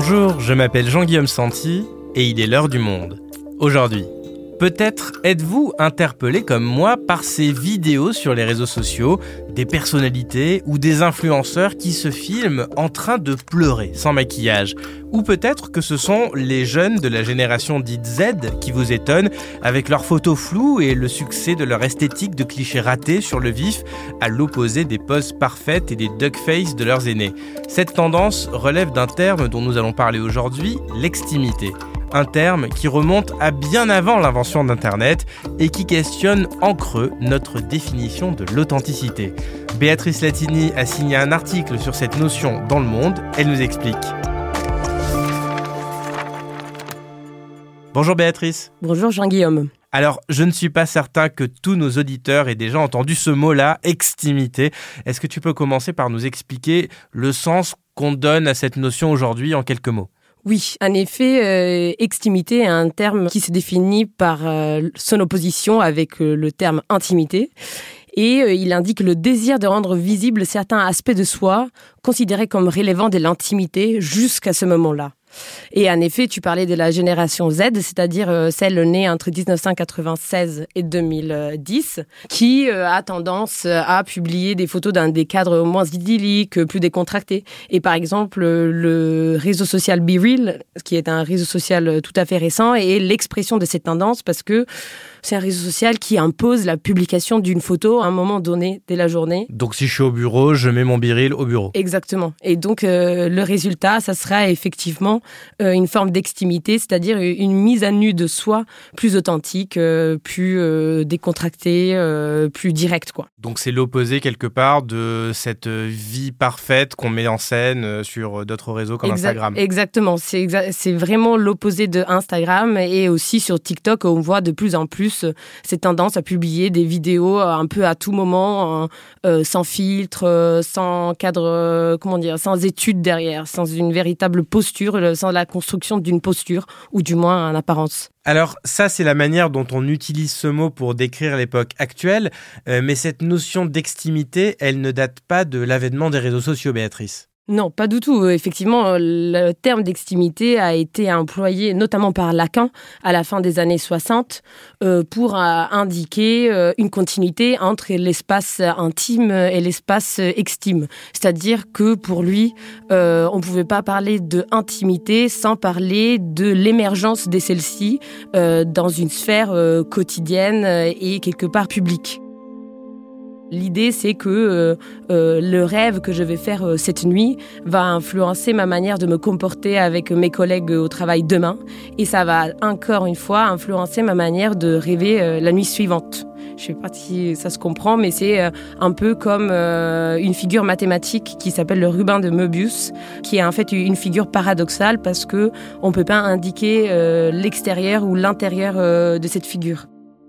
Bonjour, je m'appelle Jean-Guillaume Santi et il est l'heure du monde. Aujourd'hui, peut-être êtes-vous interpellé comme moi par ces vidéos sur les réseaux sociaux, des personnalités ou des influenceurs qui se filment en train de pleurer sans maquillage. Ou peut-être que ce sont les jeunes de la génération dite Z qui vous étonnent avec leurs photos floues et le succès de leur esthétique de clichés ratés sur le vif, à l'opposé des poses parfaites et des duckface de leurs aînés. Cette tendance relève d'un terme dont nous allons parler aujourd'hui, l'extimité. Un terme qui remonte à bien avant l'invention d'Internet et qui questionne en creux notre définition de l'authenticité. Béatrice Latini a signé un article sur cette notion dans Le Monde. Elle nous explique. Bonjour Béatrice. Bonjour Jean-Guillaume. Alors, je ne suis pas certain que tous nos auditeurs aient déjà entendu ce mot-là, extimité. Est-ce que tu peux commencer par nous expliquer le sens qu'on donne à cette notion aujourd'hui en quelques mots ? Oui, en effet, extimité est un terme qui se définit par son opposition avec le terme intimité. Et il indique le désir de rendre visible certains aspects de soi considérés comme relevant de l'intimité jusqu'à ce moment-là. Et en effet, tu parlais de la génération Z, c'est-à-dire celle née entre 1996 et 2010, qui a tendance à publier des photos dans des cadres moins idylliques, plus décontractés. Et par exemple, le réseau social BeReal, qui est un réseau social tout à fait récent, est l'expression de cette tendance parce que c'est un réseau social qui impose la publication d'une photo à un moment donné de la journée. Donc si je suis au bureau, je mets mon BeReal au bureau. Exactement. Et donc le résultat, ça sera effectivement une forme d'extimité, c'est-à-dire une mise à nu de soi plus authentique, plus décontractée, plus directe, quoi. Donc c'est l'opposé quelque part de cette vie parfaite qu'on met en scène sur d'autres réseaux comme Instagram. Exactement. C'est vraiment l'opposé de Instagram et aussi sur TikTok, on voit de plus en plus cette tendance à publier des vidéos un peu à tout moment, sans filtre, sans cadre, sans étude derrière, sans une véritable posture, sans la construction d'une posture, ou du moins en apparence. Alors ça, c'est la manière dont on utilise ce mot pour décrire l'époque actuelle, mais cette notion d'extimité, elle ne date pas de l'avènement des réseaux sociaux, Béatrice. Non, pas du tout. Effectivement, le terme d'extimité a été employé notamment par Lacan à la fin des années 60 pour indiquer une continuité entre l'espace intime et l'espace extime. C'est-à-dire que pour lui, on ne pouvait pas parler d'intimité sans parler de l'émergence de celle-ci dans une sphère quotidienne et quelque part publique. L'idée, c'est que le rêve que je vais faire cette nuit va influencer ma manière de me comporter avec mes collègues au travail demain. Et ça va, encore une fois, influencer ma manière de rêver la nuit suivante. Je ne sais pas si ça se comprend, mais c'est un peu comme une figure mathématique qui s'appelle le ruban de Möbius, qui est en fait une figure paradoxale parce qu'on ne peut pas indiquer l'extérieur ou l'intérieur de cette figure.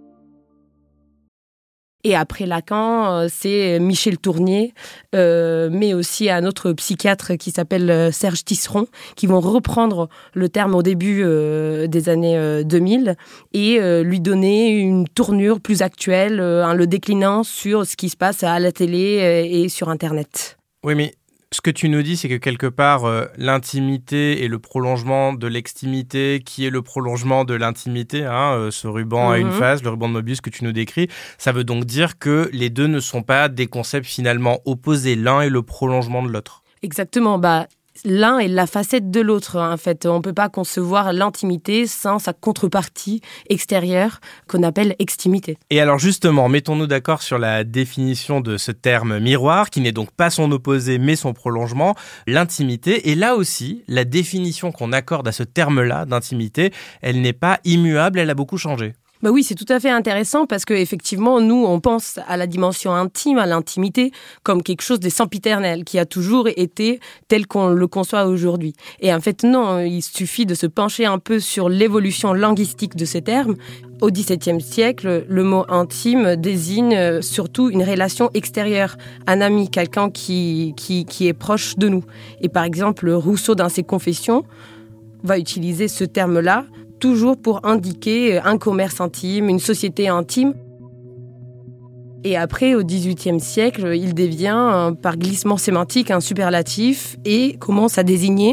Et après Lacan, c'est Michel Tournier, mais aussi un autre psychiatre qui s'appelle Serge Tisseron, qui vont reprendre le terme au début des années 2000 et lui donner une tournure plus actuelle, le déclinant sur ce qui se passe à la télé et sur Internet. Oui, mais ce que tu nous dis, c'est que quelque part, l'intimité est le prolongement de l'extimité, qui est le prolongement de l'intimité. Ce ruban à une face, le ruban de Möbius que tu nous décris, ça veut donc dire que les deux ne sont pas des concepts finalement opposés. L'un est le prolongement de l'autre. Exactement. L'un est la facette de l'autre, en fait. On ne peut pas concevoir l'intimité sans sa contrepartie extérieure qu'on appelle extimité. Et alors justement, mettons-nous d'accord sur la définition de ce terme miroir, qui n'est donc pas son opposé, mais son prolongement, l'intimité. Et là aussi, la définition qu'on accorde à ce terme-là d'intimité, elle n'est pas immuable, elle a beaucoup changé. Oui, c'est tout à fait intéressant parce qu'effectivement, nous, on pense à la dimension intime, à l'intimité, comme quelque chose de sempiternel, qui a toujours été tel qu'on le conçoit aujourd'hui. Et en fait, non, il suffit de se pencher un peu sur l'évolution linguistique de ces termes. Au XVIIe siècle, le mot intime désigne surtout une relation extérieure, un ami, quelqu'un qui est proche de nous. Et par exemple, Rousseau, dans ses Confessions, va utiliser ce terme-là toujours pour indiquer un commerce intime, une société intime. Et après, au XVIIIe siècle, il devient, par glissement sémantique, un superlatif et commence à désigner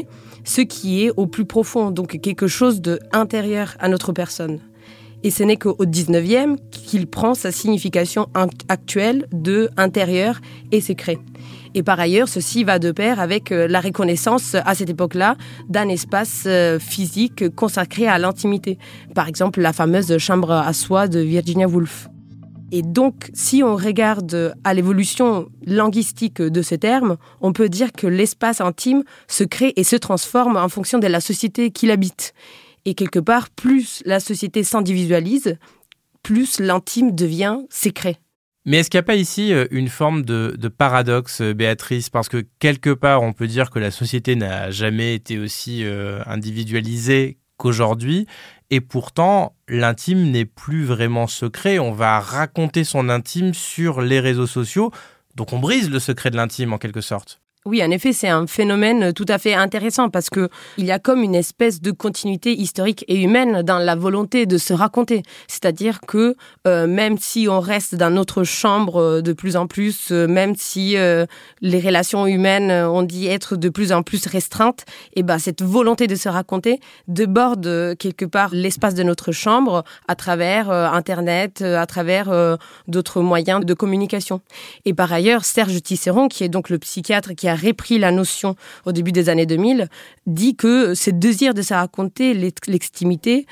ce qui est au plus profond, donc quelque chose d'intérieur à notre personne. Et ce n'est qu'au 19e qu'il prend sa signification actuelle de intérieur et secret. Et par ailleurs, ceci va de pair avec la reconnaissance, à cette époque-là, d'un espace physique consacré à l'intimité. Par exemple, la fameuse chambre à soie de Virginia Woolf. Et donc, si on regarde à l'évolution linguistique de ce terme, on peut dire que l'espace intime se crée et se transforme en fonction de la société qui l'habite. Et quelque part, plus la société s'individualise, plus l'intime devient secret. Mais est-ce qu'il n'y a pas ici une forme de paradoxe, Béatrice ? Parce que quelque part, on peut dire que la société n'a jamais été aussi individualisée qu'aujourd'hui. Et pourtant, l'intime n'est plus vraiment secret. On va raconter son intime sur les réseaux sociaux. Donc on brise le secret de l'intime en quelque sorte. Oui, en effet, c'est un phénomène tout à fait intéressant parce que il y a comme une espèce de continuité historique et humaine dans la volonté de se raconter. C'est-à-dire que même si on reste dans notre chambre de plus en plus, même si les relations humaines on dit être de plus en plus restreintes, et ben cette volonté de se raconter déborde quelque part l'espace de notre chambre à travers Internet, à travers d'autres moyens de communication. Et par ailleurs, Serge Tisseron, qui est donc le psychiatre qui a repris la notion au début des années 2000, dit que ce désir de se raconter l'extimité,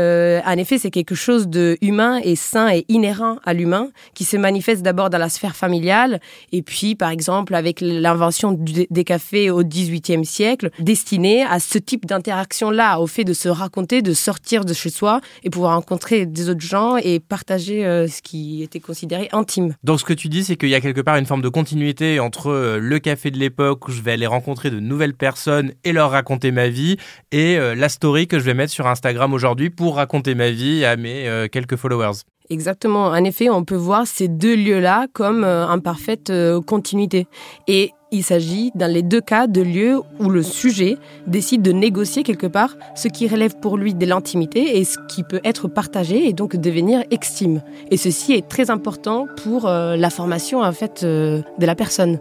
en effet, c'est quelque chose de humain et sain et inhérent à l'humain, qui se manifeste d'abord dans la sphère familiale, et puis, par exemple, avec l'invention des cafés au XVIIIe siècle, destiné à ce type d'interaction-là, au fait de se raconter, de sortir de chez soi et pouvoir rencontrer des autres gens et partager ce qui était considéré intime. Donc, ce que tu dis, c'est qu'il y a quelque part une forme de continuité entre le café de l'époque où je vais aller rencontrer de nouvelles personnes et leur raconter ma vie et la story que je vais mettre sur Instagram aujourd'hui pour raconter ma vie à mes quelques followers. Exactement. En effet, on peut voir ces deux lieux-là comme en parfaite continuité. Et il s'agit, dans les deux cas, de lieux où le sujet décide de négocier quelque part ce qui relève pour lui de l'intimité et ce qui peut être partagé et donc devenir extime. Et ceci est très important pour la formation en fait de la personne.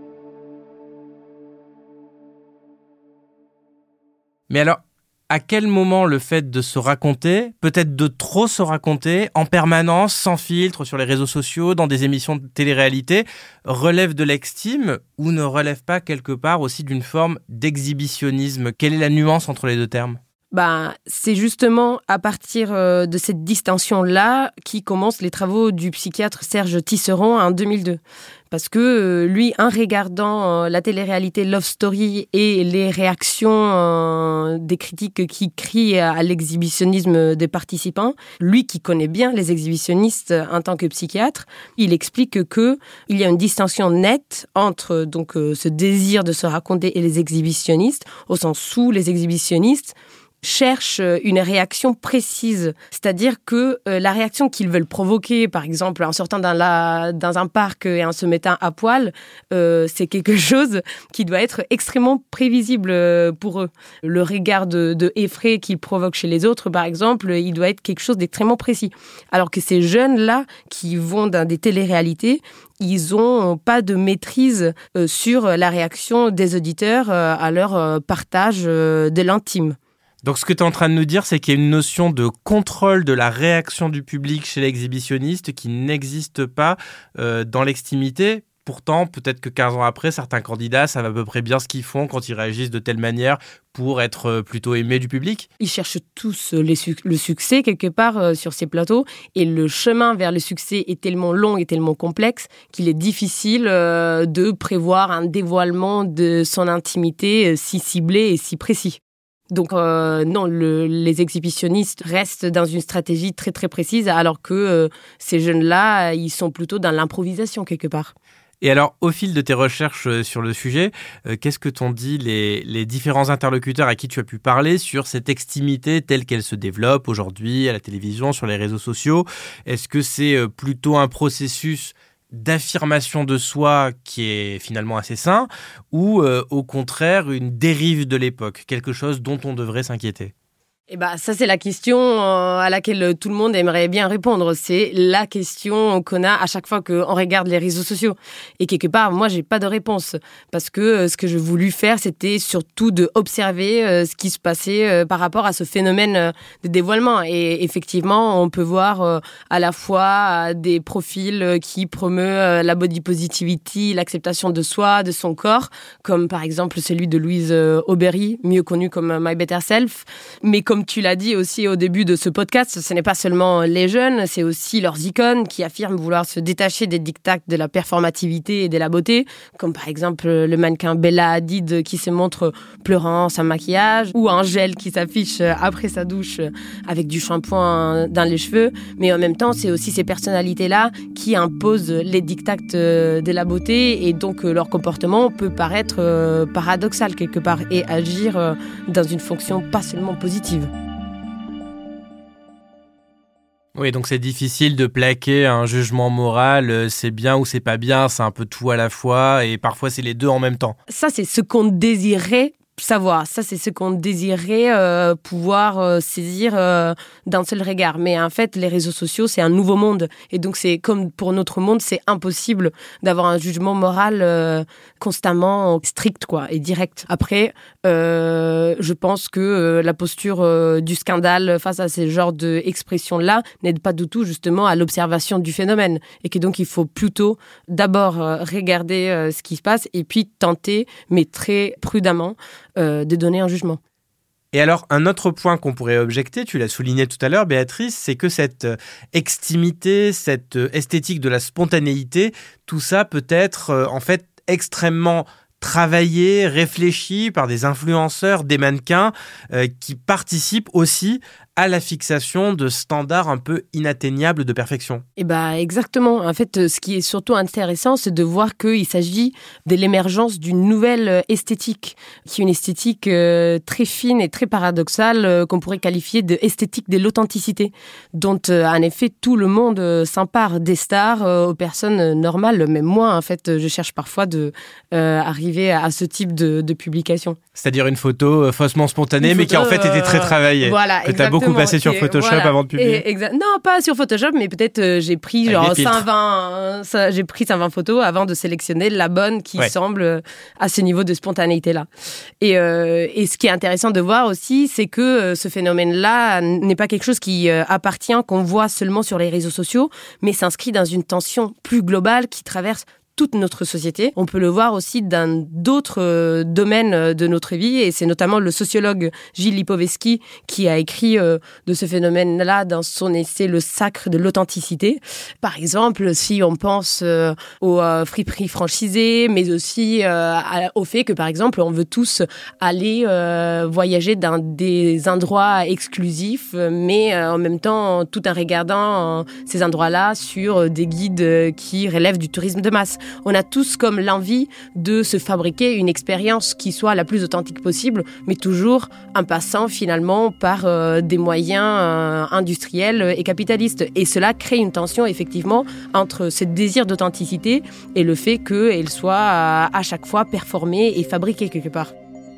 Mais alors, à quel moment le fait de se raconter, peut-être de trop se raconter, en permanence, sans filtre, sur les réseaux sociaux, dans des émissions de télé-réalité, relève de l'extime ou ne relève pas quelque part aussi d'une forme d'exhibitionnisme ? Quelle est la nuance entre les deux termes ? C'est justement à partir de cette distinction-là qui commencent les travaux du psychiatre Serge Tisseron en 2002. Parce que lui, en regardant la télé-réalité Love Story et les réactions des critiques qui crient à l'exhibitionnisme des participants, lui qui connaît bien les exhibitionnistes en tant que psychiatre, il explique que il y a une distinction nette entre donc ce désir de se raconter et les exhibitionnistes, au sens où les exhibitionnistes cherchent une réaction précise. C'est-à-dire que la réaction qu'ils veulent provoquer, par exemple en sortant dans un parc et en se mettant à poil, c'est quelque chose qui doit être extrêmement prévisible pour eux. Le regard de effraie qu'ils provoquent chez les autres, par exemple, il doit être quelque chose d'extrêmement précis. Alors que ces jeunes-là qui vont dans des télé-réalités, ils n'ont pas de maîtrise sur la réaction des auditeurs à leur partage de l'intime. Donc ce que tu es en train de nous dire, c'est qu'il y a une notion de contrôle de la réaction du public chez l'exhibitionniste qui n'existe pas dans l'extimité. Pourtant, peut-être que 15 ans après, certains candidats savent à peu près bien ce qu'ils font quand ils réagissent de telle manière pour être plutôt aimés du public. Ils cherchent tous le succès quelque part sur ces plateaux et le chemin vers le succès est tellement long et tellement complexe qu'il est difficile de prévoir un dévoilement de son intimité si ciblé et si précis. Donc non, les exhibitionnistes restent dans une stratégie très très précise alors que ces jeunes-là, ils sont plutôt dans l'improvisation quelque part. Et alors, au fil de tes recherches sur le sujet, qu'est-ce que t'ont dit les différents interlocuteurs à qui tu as pu parler sur cette extimité telle qu'elle se développe aujourd'hui à la télévision, sur les réseaux sociaux ? Est-ce que c'est plutôt un processus d'affirmation de soi qui est finalement assez sain ou au contraire une dérive de l'époque, quelque chose dont on devrait s'inquiéter ? Et ça, c'est la question à laquelle tout le monde aimerait bien répondre. C'est la question qu'on a à chaque fois qu'on regarde les réseaux sociaux. Et quelque part, moi, j'ai pas de réponse. Parce que ce que j'ai voulu faire, c'était surtout d'observer ce qui se passait par rapport à ce phénomène de dévoilement. Et effectivement, on peut voir à la fois des profils qui promeuvent la body positivity, l'acceptation de soi, de son corps, comme par exemple celui de Louise Aubéry, mieux connue comme My Better Self. Mais comme tu l'as dit aussi au début de ce podcast, ce n'est pas seulement les jeunes, c'est aussi leurs icônes qui affirment vouloir se détacher des diktats de la performativité et de la beauté, comme par exemple le mannequin Bella Hadid qui se montre pleurant sans maquillage, ou Angèle qui s'affiche après sa douche avec du shampoing dans les cheveux. Mais en même temps, c'est aussi ces personnalités-là qui imposent les diktats de la beauté, et donc leur comportement peut paraître paradoxal quelque part et agir dans une fonction pas seulement positive. Oui, donc c'est difficile de plaquer un jugement moral, c'est bien ou c'est pas bien, c'est un peu tout à la fois, et parfois c'est les deux en même temps. Ça, c'est ce qu'on désirait savoir. Ça, c'est ce qu'on désirait pouvoir saisir d'un seul regard. Mais en fait, les réseaux sociaux, c'est un nouveau monde. Et donc, c'est comme pour notre monde, c'est impossible d'avoir un jugement moral constamment strict, et direct. Après, je pense que la posture du scandale face à ces genres d'expressions-là n'aide pas du tout, justement, à l'observation du phénomène. Et que donc, il faut plutôt d'abord regarder ce qui se passe et puis tenter, mais très prudemment, de donner un jugement. Et alors, un autre point qu'on pourrait objecter, tu l'as souligné tout à l'heure, Béatrice, c'est que cette extimité, cette esthétique de la spontanéité, tout ça peut être en fait extrêmement travaillé, réfléchi par des influenceurs, des mannequins qui participent aussi à la fixation de standards un peu inatteignables de perfection. Exactement. En fait, ce qui est surtout intéressant, c'est de voir qu'il s'agit de l'émergence d'une nouvelle esthétique, qui est une esthétique très fine et très paradoxale, qu'on pourrait qualifier d'esthétique de l'authenticité, dont en effet tout le monde s'empare, des stars aux personnes normales. Même moi, en fait, je cherche parfois de arriver à ce type de publication. C'est-à-dire une photo faussement spontanée, mais qui en fait était très travaillée. Voilà, que tu as beaucoup passé sur Photoshop avant de publier. Non, pas sur Photoshop, mais peut-être j'ai pris genre 120 photos avant de sélectionner la bonne qui semble à ce niveau de spontanéité-là. Et ce qui est intéressant de voir aussi, c'est que ce phénomène-là n'est pas quelque chose qui appartient, qu'on voit seulement sur les réseaux sociaux, mais s'inscrit dans une tension plus globale qui traverse toute notre société. On peut le voir aussi dans d'autres domaines de notre vie, et c'est notamment le sociologue Gilles Lipovetsky qui a écrit de ce phénomène-là dans son essai Le sacre de l'authenticité. Par exemple, si on pense aux friperies franchisées, mais aussi au fait que, par exemple, on veut tous aller voyager dans des endroits exclusifs, mais en même temps, tout en regardant ces endroits-là sur des guides qui relèvent du tourisme de masse. On a tous comme l'envie de se fabriquer une expérience qui soit la plus authentique possible, mais toujours en passant finalement par des moyens industriels et capitalistes. Et cela crée une tension effectivement entre ce désir d'authenticité et le fait qu'elle soit à chaque fois performée et fabriquée quelque part.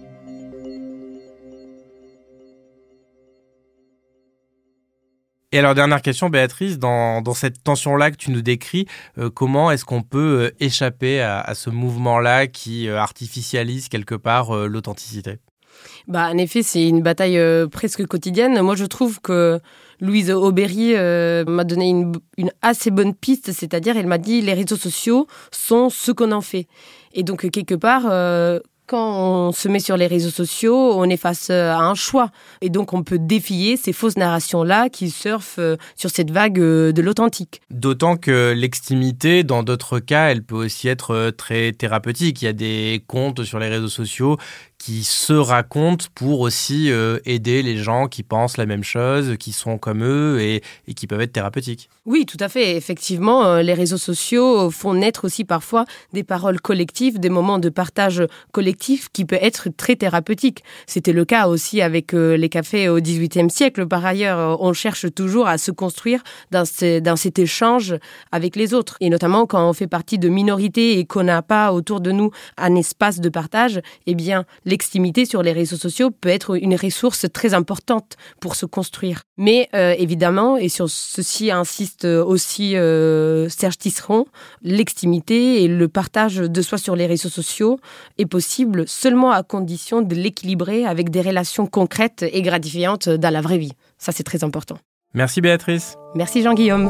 Et alors, dernière question, Béatrice, dans cette tension-là que tu nous décris, comment est-ce qu'on peut échapper à ce mouvement-là qui artificialise quelque part l'authenticité ? En effet, c'est une bataille presque quotidienne. Moi, je trouve que Louise Aubéry m'a donné une assez bonne piste, c'est-à-dire elle m'a dit les réseaux sociaux sont ce qu'on en fait. Et donc, quelque part... quand on se met sur les réseaux sociaux, on est face à un choix. Et donc, on peut défier ces fausses narrations-là qui surfent sur cette vague de l'authentique. D'autant que l'extimité, dans d'autres cas, elle peut aussi être très thérapeutique. Il y a des comptes sur les réseaux sociaux qui se racontent pour aussi aider les gens qui pensent la même chose, qui sont comme eux et qui peuvent être thérapeutiques. Oui, tout à fait. Effectivement, les réseaux sociaux font naître aussi parfois des paroles collectives, des moments de partage collectif qui peut être très thérapeutique. C'était le cas aussi avec les cafés au XVIIIe siècle. Par ailleurs, on cherche toujours à se construire dans cet échange avec les autres. Et notamment quand on fait partie de minorités et qu'on n'a pas autour de nous un espace de partage, eh bien, l'extimité sur les réseaux sociaux peut être une ressource très importante pour se construire. Mais évidemment, et sur ceci insiste aussi Serge Tisseron, l'extimité et le partage de soi sur les réseaux sociaux est possible seulement à condition de l'équilibrer avec des relations concrètes et gratifiantes dans la vraie vie. Ça, c'est très important. Merci Béatrice. Merci Jean-Guillaume.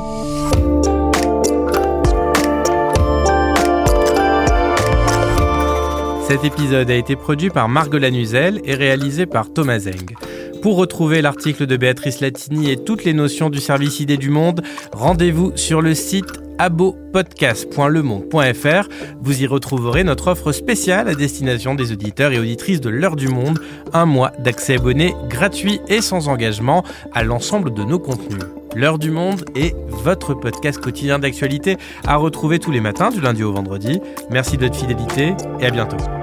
Cet épisode a été produit par Margot Lanuzel et réalisé par Thomas Zeng. Pour retrouver l'article de Béatrice Latini et toutes les notions du service Idées du Monde, rendez-vous sur le site abopodcast.lemonde.fr. Vous y retrouverez notre offre spéciale à destination des auditeurs et auditrices de l'Heure du Monde, 1 mois d'accès abonné gratuit et sans engagement à l'ensemble de nos contenus. L'Heure du Monde est votre podcast quotidien d'actualité à retrouver tous les matins du lundi au vendredi. Merci de votre fidélité et à bientôt.